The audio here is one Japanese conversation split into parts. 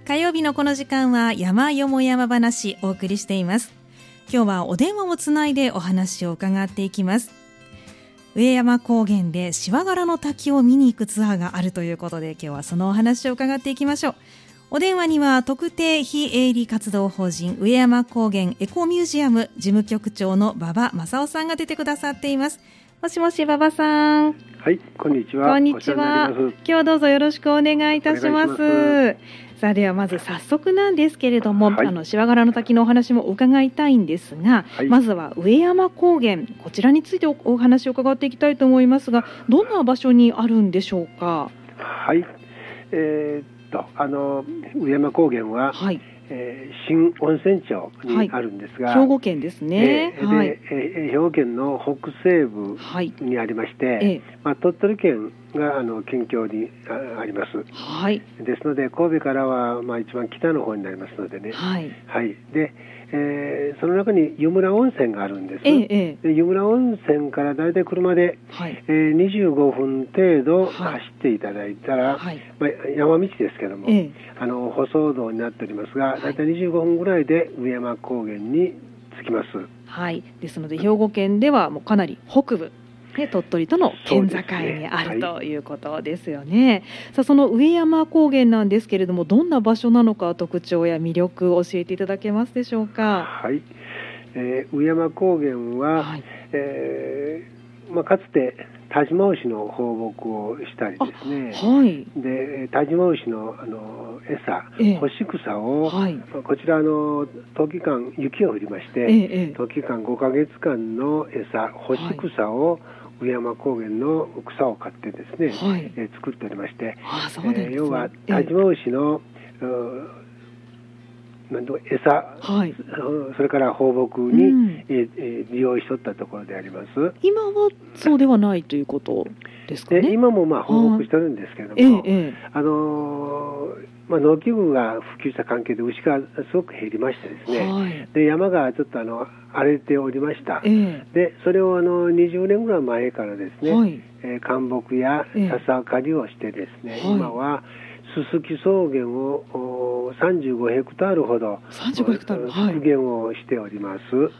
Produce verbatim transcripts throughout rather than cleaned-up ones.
火曜日のこの時間は山よも山話お送りしています。今日はお電話をつないでお話を伺っていきます。上山高原でシワガラの滝を見に行くツアーがあるということで、今日はそのお話を伺っていきましょう。お電話には特定非営利活動法人上山高原エコミュージアム事務局長の馬場正夫さんが出てくださっています。もしもし馬場さん。 はい、こんにちは。 こんにちは。今日はどうぞよろしくお願いいたします。さあ、ではまず早速なんですけれども、はい、あのシワガラの滝のお話も伺いたいんですが、はい、まずは上山高原、こちらについて お, お話を伺っていきたいと思いますが、どんな場所にあるんでしょうか。 はい、えー、っとあの上山高原は、はい、えー、新温泉町にあるんですが、 はい、兵庫県ですね。 えーはい、でえー、兵庫県の北西部にありまして、はい、まあ、鳥取県があの近郊に あ, あります、はい、ですので神戸からは、まあ、一番北の方になりますのでね、はいはい、でえー、その中に湯村温泉があるんです、ええ、で湯村温泉からだいたい車で、はい、えー、にじゅうごふん程度走っていただいたら、はい、まあ、山道ですけども、ええ、あの舗装道になっておりますが、だいたいにじゅうごふんぐらいで上山高原に着きます。 はい、ですので兵庫県ではもうかなり北部で鳥取との県境にある、ね、ということですよね。はい、さあ、その上山高原なんですけれども、どんな場所なのか特徴や魅力を教えていただけますでしょうか。 はい、えー、上山高原は、はい、えーまあ、かつて田島牛の放牧をしたりですね、はい、で田島牛 の, あの餌、ええ、干し草を、はい、こちらの冬季間雪を降りまして、ええ、冬季間ごかげつかんの餌干し草を、はい、上山高原の草を買ってですね、はい、えー、作っておりまして、ああ、そうなんですね。えー、要は田島牛の、えーなんと餌、はい、それから放牧に、うん、えー、利用しとったところであります。 今はそうではないということですかね。 で今もまあ放牧してるんですけれども、ええ、あのーまあ、農機具が普及した関係で牛がすごく減りましてですね、はい、で山がちょっとあの荒れておりました。ええ、でそれをあのにじゅうねんぐらい前からですね、はい、えー、干木や笹刈りをしてですね、ええ、今はすすき草原をさんじゅうごヘクタールほど復元をしております。はい、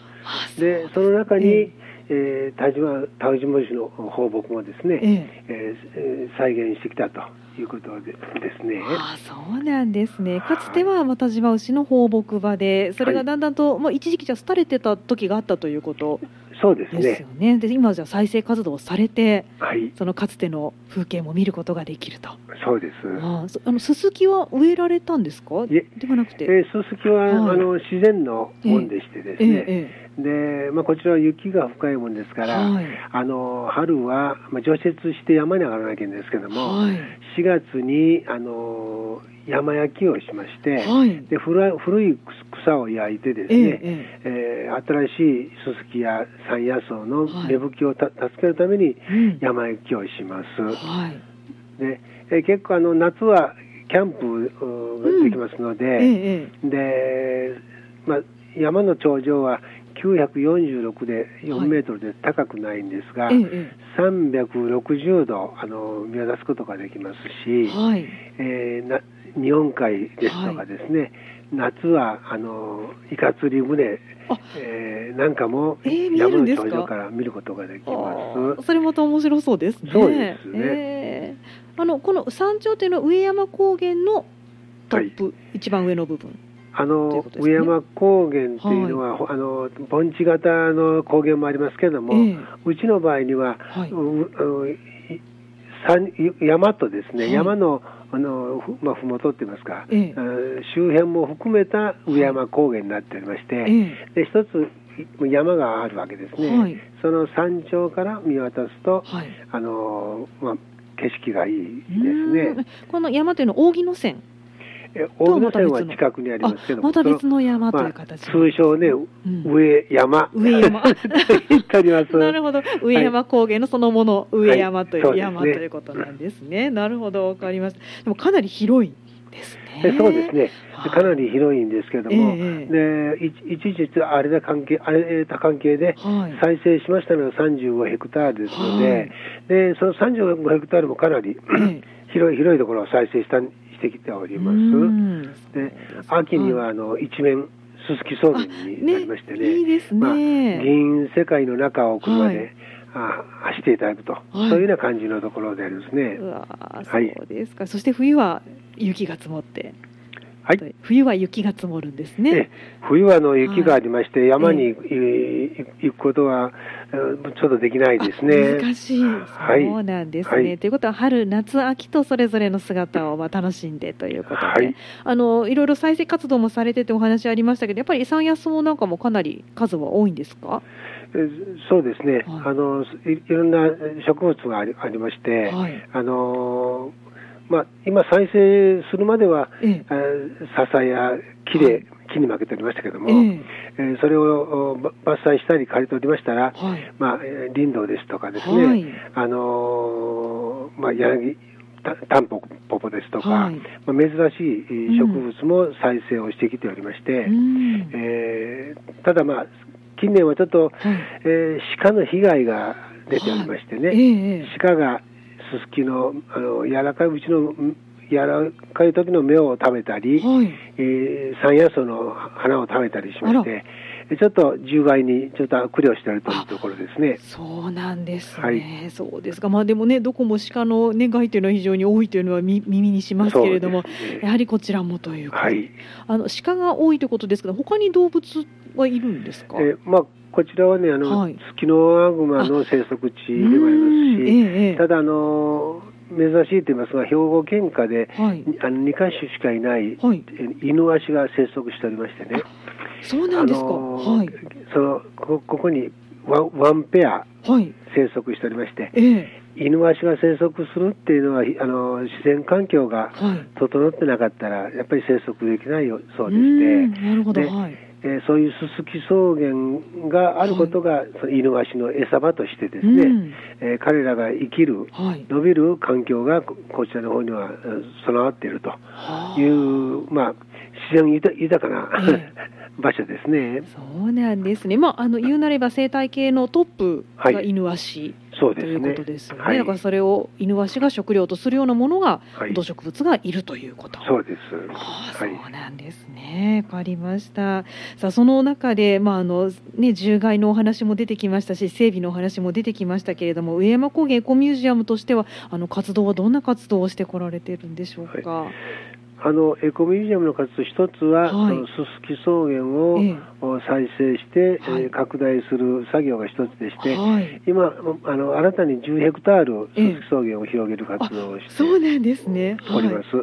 でその中に、ええー、田島田島牛の放牧もですね、えええー、再現してきたということでですね。 ああ、そうなんですね。かつては田島牛の放牧場で、それがだんだんと、はい、まあ、一時期じゃ廃れてた時があったということそうですね。 ですよね。で今じゃ再生活動をされて、 はい、 そのかつての風景も見ることができると。 そうです。 ああのススキは植えられたんですか。ではなくて、 えー、ススキは、はい、あの自然のもんでしてですね、えーえー、でまあ、こちらは雪が深いもんですから、はい、あの春は、まあ、除雪して山に上がらなきゃいけないんですけども、はい、しがつにあの山焼きをしまして、はい、で 古, 古い草を焼いてですね、えええー、新しいススキや山野草の芽吹きをた、はい、助けるために山焼きをします。はい、でえー、結構あの夏はキャンプができますので、うんええ、でまあ、山の頂上はきゅうひゃくよんじゅうろくでよんメートルで高くないんですが、はい、さんびゃくろくじゅうどあの見渡すことができますし、はい、えー、な日本海ですとかですね、はい、夏はあのイカ釣り船、えー、なんかも山の頂上から見ることができます。 それまた面白そうですね。 そうですね。 えー、あのこの山頂というのは上山高原のトップ、はい、一番上の部分。 あの、ね、上山高原っていうのは、はい、あの盆地型の高原もありますけれども、えー、うちの場合には、はい、う山とですね、はい、山のあのふまあ、ふもとって言いますか、ええ、周辺も含めた上山高原になっておりまして、はい、で一つ山があるわけですね、はい、その山頂から見渡すと、はい、あのまあ、景色がいいですね。 この山というのは扇野線、 大野線は近くにありますけども、 また別の山という形、 まあ、通称ね、うん、上山上山言っております。 なるほど、上山高原のそのもの、はい、上山という山、はい、ということなんですね。なるほど、わかりました。でもかなり広いですね。 そうですね、かなり広いんですけれども、えー、で一時あれだ関係あれた関係で再生しましたのがさんじゅうごヘクタールですので、はい、でそのさんじゅうごヘクタールもかなり、えー、広い広いところを再生したししてきております。で、秋にはあの一面すすき草原になりましてね、 ね、いいですね。 まあ、銀世界の中を車で、はい、あ走っていただくと、はい、そういうような感じのところでありますね。 うわ、そうですか、はい、そして冬は雪が積もって、 はい、 冬は雪が積もるんですね。 え冬はの雪がありまして、はい、山に、えー、行くことはちょっとできないですね。 難しい。そうなんですね、はい、ということは春夏秋とそれぞれの姿をまあ楽しんでということで、はい、あのいろいろ再生活動もされててお話ありましたけど、やっぱり山野草なんかもかなり数は多いんですか？ そうですね、はい、あの い, いろんな植物があ り, ありまして、はい、あのまあ、今再生するまでは、ええ、笹や木で、はい、木に負けておりましたけども、ええ、それを伐採したり刈り取りましたら、はい、まあ、林道ですとかですね、はい、あのまあ、柳タンポポですとか、はい、まあ、珍しい植物も再生をしてきておりまして、うん、えー、ただまあ近年はちょっと、はい、えー、鹿の被害が出ておりましてね、はい、えー、鹿がススキの、あの柔らかいうちの柔らかい時の芽を食べたり、はい、えー、山野草の花を食べたりしまして、ちょっと獣害にちょっと苦慮しているというところですね。 そうなんですね、はい、そうですか。まあ、でもね、どこも鹿の、ね、害というのは非常に多いというのは耳にしますけれども、ね、やはりこちらもということで、はい、あの鹿が多いということですけど、他に動物はいるんですか？ えーまあ、こちらはね、あの、はい、ツキノワグマの生息地でもありますし、ええ、ただあの珍しいと言いますが、兵庫県下で、はい、あのにかしょしかいない、はい、イヌワシが生息しておりましてね。 そうなんですか。あのーはい、 その こ, ここにワン、ワンペア生息しておりまして、はい、ええ、イヌワシが生息するっていうのは、あの自然環境が整ってなかったら、やっぱり生息できないそうでして、 なるほど、 で、はい、えー、そういうススキ草原があることが、はい、そのイヌワシの餌場としてですね、うん、えー、彼らが生きる、はい、伸びる環境がこちらの方には備わっているという、まあ、自然豊かな、えー場所ですね。 そうなんですね。まあ、あの言うなれば生態系のトップがイヌワシ、はい、ということですよね。はい、だからそれをイヌワシが食料とするようなものが、はい、動植物がいるということ。 そうです。 あ、はい、そうなんですね。わかりました。さあ、その中で、まああのね、獣害のお話も出てきましたし、整備のお話も出てきましたけれども、上山高原エコミュージアムとしてはあの活動はどんな活動をしてこられているんでしょうか？はい、 あのエコミュージアムの活動一つは、はい、そのススキ草原を、ええ、再生して、はい、えー、拡大する作業が一つでして、はい、今あの新たにじゅうヘクタールススキ草原を広げる活動をして、 そうなんですね、 おります。はい、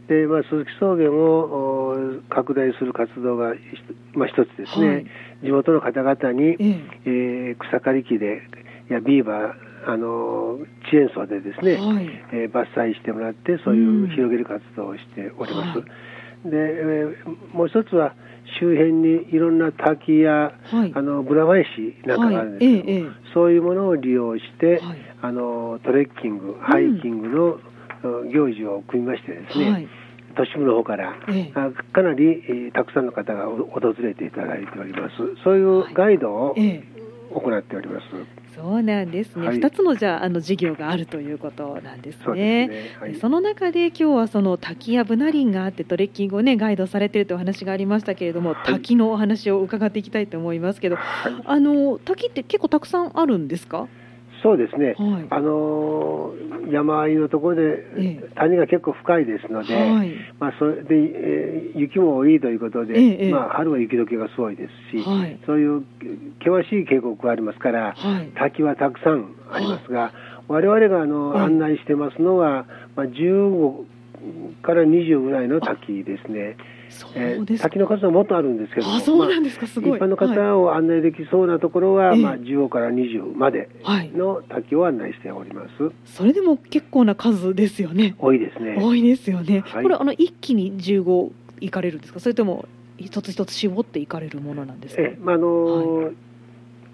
で、まあ、ススキ草原を拡大する活動が、まあ、一つですね、はい、地元の方々に、ええー、草刈り機でやビーバーあのチェーンソーでですね、はい、えー、伐採してもらってそういう広げる活動をしております。うん、で、えー、もう一つは周辺にいろんな滝や、はい、あのブラ林なんかがあるんですけど、はい、ええ、そういうものを利用して、はい、あのトレッキング、ハイキングの、うん、行事を組みましてですね、はい、都市部の方から、ええ、かなり、えー、たくさんの方が訪れていただいております。そういうガイドを、はい、ええ、行っております。 そうなんですね。はい、ふたつのじゃあ、あの事業があるということなんですね。そうですね。はい、その中で今日はその滝やブナ林があってトレッキングをねガイドされているというお話がありましたけれども、はい、滝のお話を伺っていきたいと思いますけど、はい、あの滝って結構たくさんあるんですか？ そうですね、はい、あの山あいのところで谷が結構深いですので、はい、まあ、それで、えー、雪も多いということで、ええ、まあ、春は雪解けがすごいですし、はい、そういう険しい渓谷がありますから、はい、滝はたくさんありますが、我々があの、はい、案内してますのは、まあ、じゅうごからにじゅうぐらいの滝ですね。えー、滝の数はもっとあるんですけども、 あ、そうなんですか、すごい。 一般の方を案内できそうなところは、はい、まあ、じゅうごからにじゅうまでの滝を案内しております。はい、 それでも結構な数ですよね。 多いですね。 多いですよね。はい、これあの一気にじゅうご行かれるんですか、それとも一つ一つ絞って行かれるものなんですか？ え、まあ、あのー、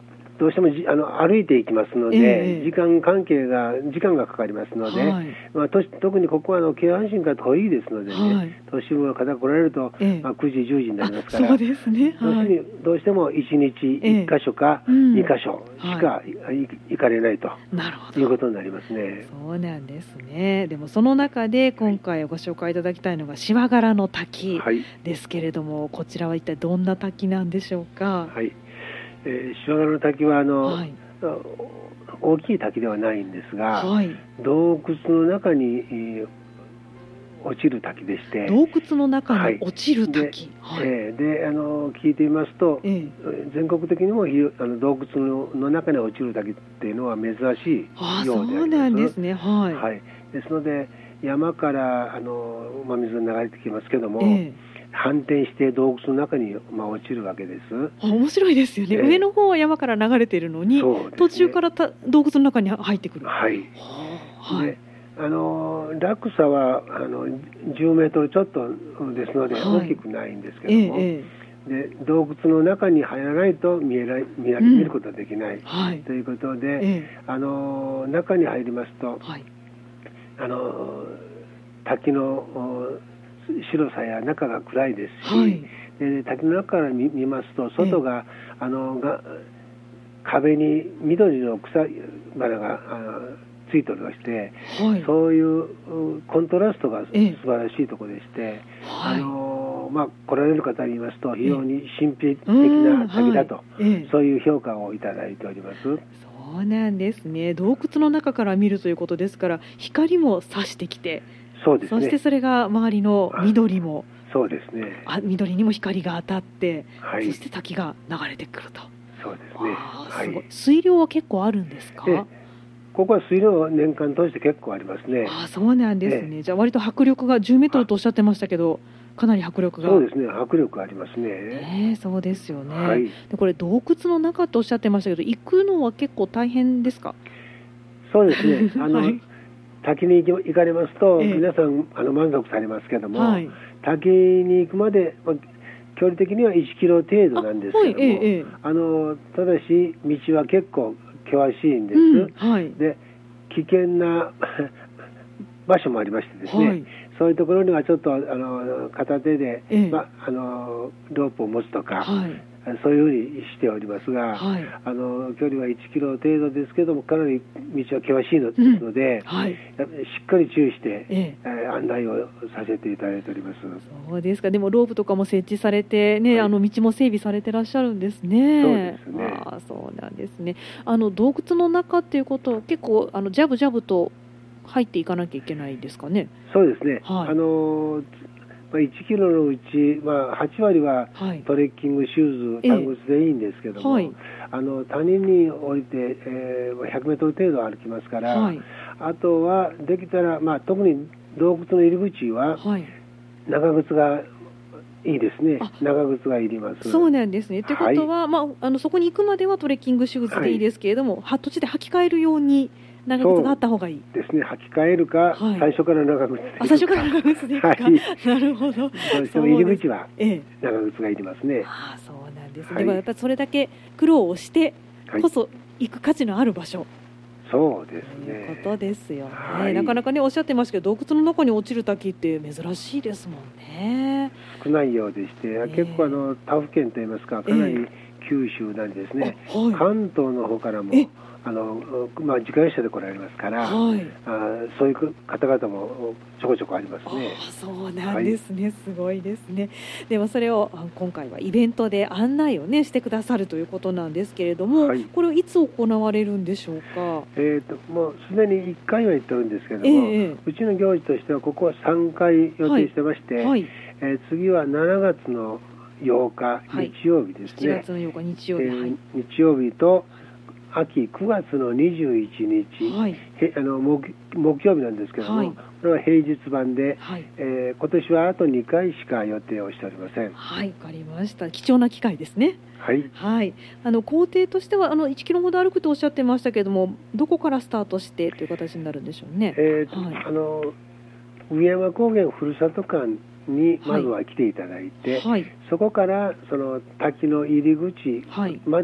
どうしてもじあの歩いていきますので、えー、時間関係が時間がかかりますので、はい、まあ、と特にここはあの京阪神から遠いですのでね、はい、都市部の方が来られると、えーまあ、くじじゅうじになりますから、 そうですね、はい、 どうしてもいちにちいっかしょかにかしょしか、はい、行かれないということになりますね。 そうなんですね。でもその中で今回ご紹介いただきたいのがしわがらの滝ですけれども、はい、こちらは一体どんな滝なんでしょうか。 はい、えー、しわがらの滝はあの、はい、大きい滝ではないんですが、はい、洞窟の中に、えー落ちる滝でして、 洞窟の中に落ちる滝、 はい、で、はい、であの聞いてみますと、ええ、全国的にもあの洞窟 の, の中に落ちる滝っていうのは珍しいようであります。 そうなんですね、はい、 はい、ですので山からあの、まあ、水が流れてきますけども、ええ、反転して洞窟の中に、まあ、落ちるわけです。 あ、面白いですよね、ええ、上の方は山から流れているのに、ね、途中からた洞窟の中に入ってくる。 はい、はい、あの落差はあのじゅうメートルちょっとですので大きくないんですけども、はいええ、で洞窟の中に入らないと見えない見, 見ることはできない、うん、はい、ということで、ええ、あの中に入りますと、はい、あの滝の白さや中が暗いですし、はい、で滝の中から 見, 見ますと外が、ええ、あのが壁に緑の草花があのついておりまして、はい、そういうコントラストが素晴らしいところでして、ええ、あのまあ、来られる方に言いますと非常に神秘的な滝だと、はい、そういう評価をいただいております。 そうなんですね。洞窟の中から見るということですから光も差してきて、 そうですね、 そしてそれが周りの緑も、 そうですね、 あ、緑にも光が当たって、はい、そして滝が流れてくると。 そうですね、 すごい、はい、水量は結構あるんですか。ええ、 ここは水量年間通して結構ありますね。 あ、そうなんですね、ええ、じゃあ割と迫力がじゅうメートルとおっしゃってましたけど、かなり迫力が。 そうですね、迫力ありますね。 ええ、そうですよね、 はい、 でこれ洞窟の中とおっしゃってましたけど、行くのは結構大変ですか。 そうですね、あの、はい、滝に行かれますと、ええ、皆さんあの満足されますけども、はい、滝に行くまで、まあ、距離的にはいちキロ程度なんですけども、あ、はい、ええ、あのただし道は結構険しいんです、うん、はい、で危険な場所もありましてですね、はい、そういうところにはちょっとあの片手で、ええ、ま、あのロープを持つとか、はい、そういうふうにしておりますが、はい、あの距離はいちキロ程度ですけどもかなり道は険しいのですので、うん、はい、しっかり注意して、ええ、案内をさせていただいております。 そうですか。でもロープとかも設置されて、ね、はい、あの道も整備されてらっしゃるんですね。 そうですね。 あ、そうなんですね。あの洞窟の中っていうことを結構あのジャブジャブと入っていかなきゃいけないですかね。 そうですね、はい、あのいちキロのうち、まあ、はちわりはトレッキングシューズ、短靴でいいんですけども、はい、あの谷に降りて、えー、ひゃくメートル程度歩きますから、はい、あとはできたら、まあ、特に洞窟の入り口は長靴がいいですね。長靴がいります。 そうなんですね。ということは、はい、まあ、あのそこに行くまではトレッキングシューズでいいですけれども、はい、途中で履き替えるように長靴があった方がいいですね。履き替えるか、はい、最初から長靴でいくか。 最初から長靴でいくか、はい、なるほど。どうしても入り口は長靴がいりますね。ええ、 ああ、そうなんです、はい、でもやっぱりそれだけ苦労をしてこそ行く価値のある場所、はい、 そうですね、 ということですよね、 はい、 なかなかねおっしゃってますけど洞窟の中に落ちる滝って珍しいですもんね。 少ないようでして、えー、結構あの他府県といいますかかなり九州なんですね、えーはい、関東の方からもあの、まあ、自家用車で来られますから、はい、あそういう方々もちょこちょこありますね。 あ、そうなんですね、はい、すごいですね。でもそれを今回はイベントで案内を、ね、してくださるということなんですけれども、はい、これをいつ行われるんでしょうか。 えーと、もうすでにいっかいは行ってるんですけれども、えー、うちの行事としてはここはさんかい予定してまして、はいはい、えー、次はしちがつのようか、はい、日曜日ですね。しちがつのようか日曜日、えーはい、日曜日と秋くがつのにじゅういちにち、はい、あの 木, 木曜日なんですけども、はい、これは平日版で、はい、えー、今年はあとにかいしか予定をしておりません。 はい、わかりました。貴重な機会ですね。 はい、 はい、あの工程としてはあのいちキロほど歩くとおっしゃってましたけれども、どこからスタートしてという形になるんでしょうね。 えーはい、あの上山高原ふるさと館にまずは来ていただいて、はい、そこからその滝の入り口まで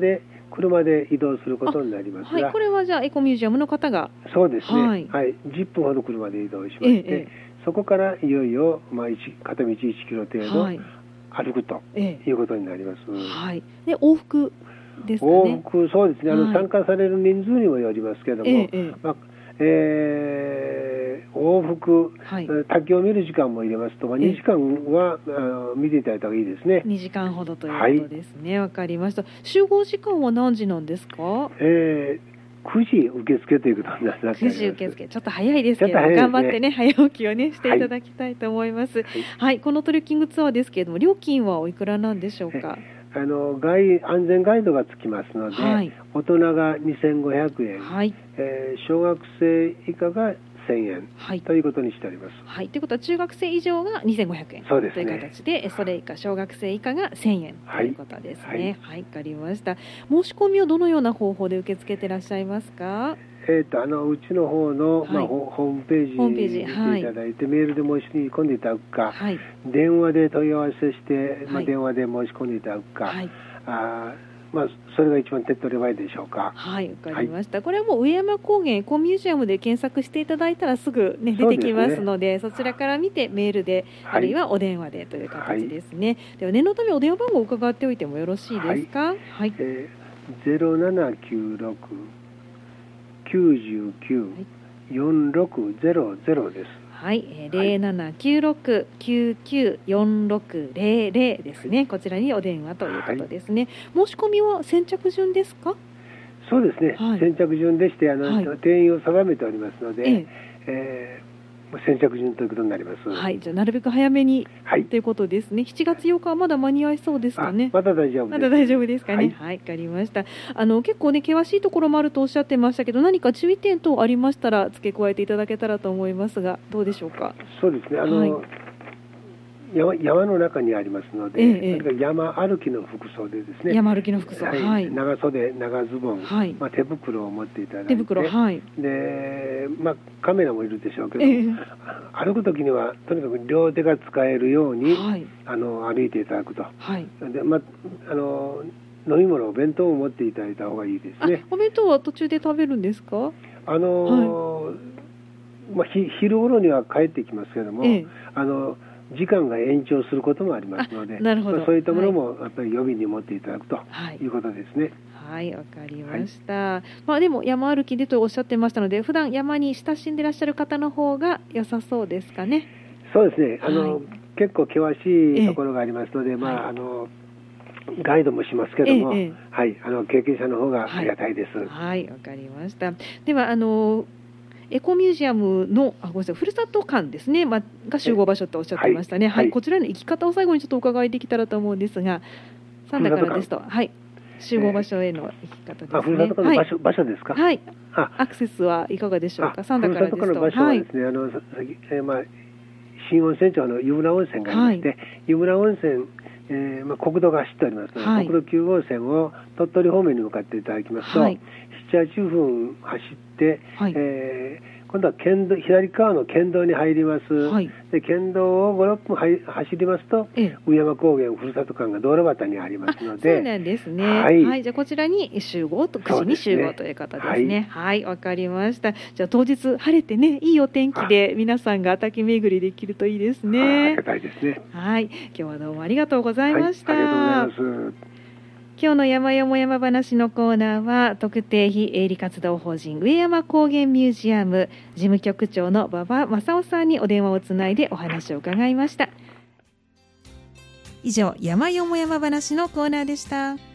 車で移動することになりますが、 はい、これはじゃあエコミュージアムの方が。 そうですね、はいはい、 じゅっぷんほど車で移動しまして、ええ、そこからいよいよ、まあ、片道いちキロ程度歩くということになります、 はい、で往復ですかね。 往復、そうですね、あの、はい、参加される人数にもよりますけども、ええまあえー、往復、はい、滝を見る時間も入れますと、まあ、にじかんは、えー、見ていただいた方がいいですね。 にじかんほどということですね。わ、はい、かりました。集合時間は何時なんですか？ えー、くじ受付ということになってます。 くじ受付、ちょっと早いですけど、ね、頑張ってね、早起きをねしていただきたいと思います。はい、はい、このトレッキングツアーですけれども、料金はおいくらなんでしょうか？ あのガイ安全ガイドがつきますので、はい、大人がにせんごひゃくえん、はい、えー、小学生以下がせんえん、はい、ということにしております。 はい、ということは中学生以上がにせんごひゃくえん、そうですね、という形で、それ以下小学生以下がせんえんということですね。はい、はいはい、分かりました。申し込みをどのような方法で受け付けていらっしゃいますか？ えー、とあのうちの方の、はい、まあ、ホームページに見ていただいて、はい、メールで申し込んでいただくか、はい、電話で問い合わせして、まあ、電話で申し込んでいただくか、はい、あまあ、それが一番手っ取り早いでしょうか。 はい、わかりました、はい、これはもう上山高原エコミュージアムで検索していただいたらすぐ、ね、出てきますの で, そ, でそちらから見てメールで、はい、あるいはお電話でという形ですね。はい、では念のためお電話番号を伺っておいてもよろしいですか？はい、はい、えー、ゼロななきゅうろく きゅうきゅう よんろくゼロゼロです。 はい、えー、ゼロななきゅうろく きゅうきゅう よんろくゼロゼロですね、はい、こちらにお電話ということですね。はい、申し込みは先着順ですか？ そうですね、はい、先着順でしてあの、はい、定員を定めておりますので、えええー先着順ということになります。 はい、じゃあなるべく早めに、はい、ということですね。しちがつようかはまだ間に合いそうですかね。 まだ大丈夫です。 まだ大丈夫ですかね。はい、はい、わかりました。あの結構ね険しいところもあるとおっしゃってましたけど、何か注意点等ありましたら付け加えていただけたらと思いますが、どうでしょうか？ そうですね。あの、はい、山, 山の中にありますので、ええ、山歩きの服装でですね。 山歩きの服装。はい。 長袖、長ズボン、はい、まあ手袋を持っていただいて、 手袋、はい。 で、まあカメラもいるでしょうけど、え、歩くときにはとにかく両手が使えるように、はい、あの歩いていただくと。はい。で、まああの飲み物、お弁当を持っていただいた方がいいですね。 お弁当は途中で食べるんですか？ あの、はい、まあひ昼頃には帰ってきますけども、ええ、あの。時間が延長することもありますので、なるほど、まあ、そういったものもやっぱり予備に持っていただくということですね。 はい、わ、はい、かりました。はい、まあでも山歩きでとおっしゃってましたので、普段山に親しんでいらっしゃる方の方が良さそうですかね。 そうですね。あの、はい、結構険しいところがありますので、ええ、まあ、はい、あのガイドもしますけども、ええ、はい、あの経験者の方がありがたいです。 はい、わ、はい、かりました。ではあの。エコミュージアムのあごめんなさいふるさと館ですね、まあ、が集合場所とおっしゃってましたね。はいはいはい、こちらの行き方を最後にちょっとお伺いできたらと思うんですが、三田からですと、はい、集合場所への行き方ですね。 あ、ふるさと館の場所、はい、場所ですか？ はい。あ、アクセスはいかがでしょうか？三田からですと。ふるさと館の場所はですね、はい、あの、えー、まあ新温泉町の湯村温泉がありまして、はい、湯村温泉、えーまあ、国道が走っておりますので、はい、国道きゅうごうせんを鳥取方面に向かっていただきますと、はい、なな、はちふん走って、はい、えー今度は県道左側の県道に入ります。はい、で県道をご、ろっぷん走りますと、ええ、上山高原ふるさと館が道路端にありますので、そうなんですね。はい、はい、じゃあこちらに集合とくじに集合という方ですね。はい、わ、はい、かりました。じゃあ当日晴れてねいいお天気で皆さんが滝巡りできるといいですね。 ありがたいですね。 はい、今日はどうもありがとうございました。 はい、ありがとうございます。 今日の山よも山話のコーナーは特定非営利活動法人上山高原ミュージアム事務局長の馬場正夫さんにお電話をつないでお話を伺いました。以上山よも山話のコーナーでした。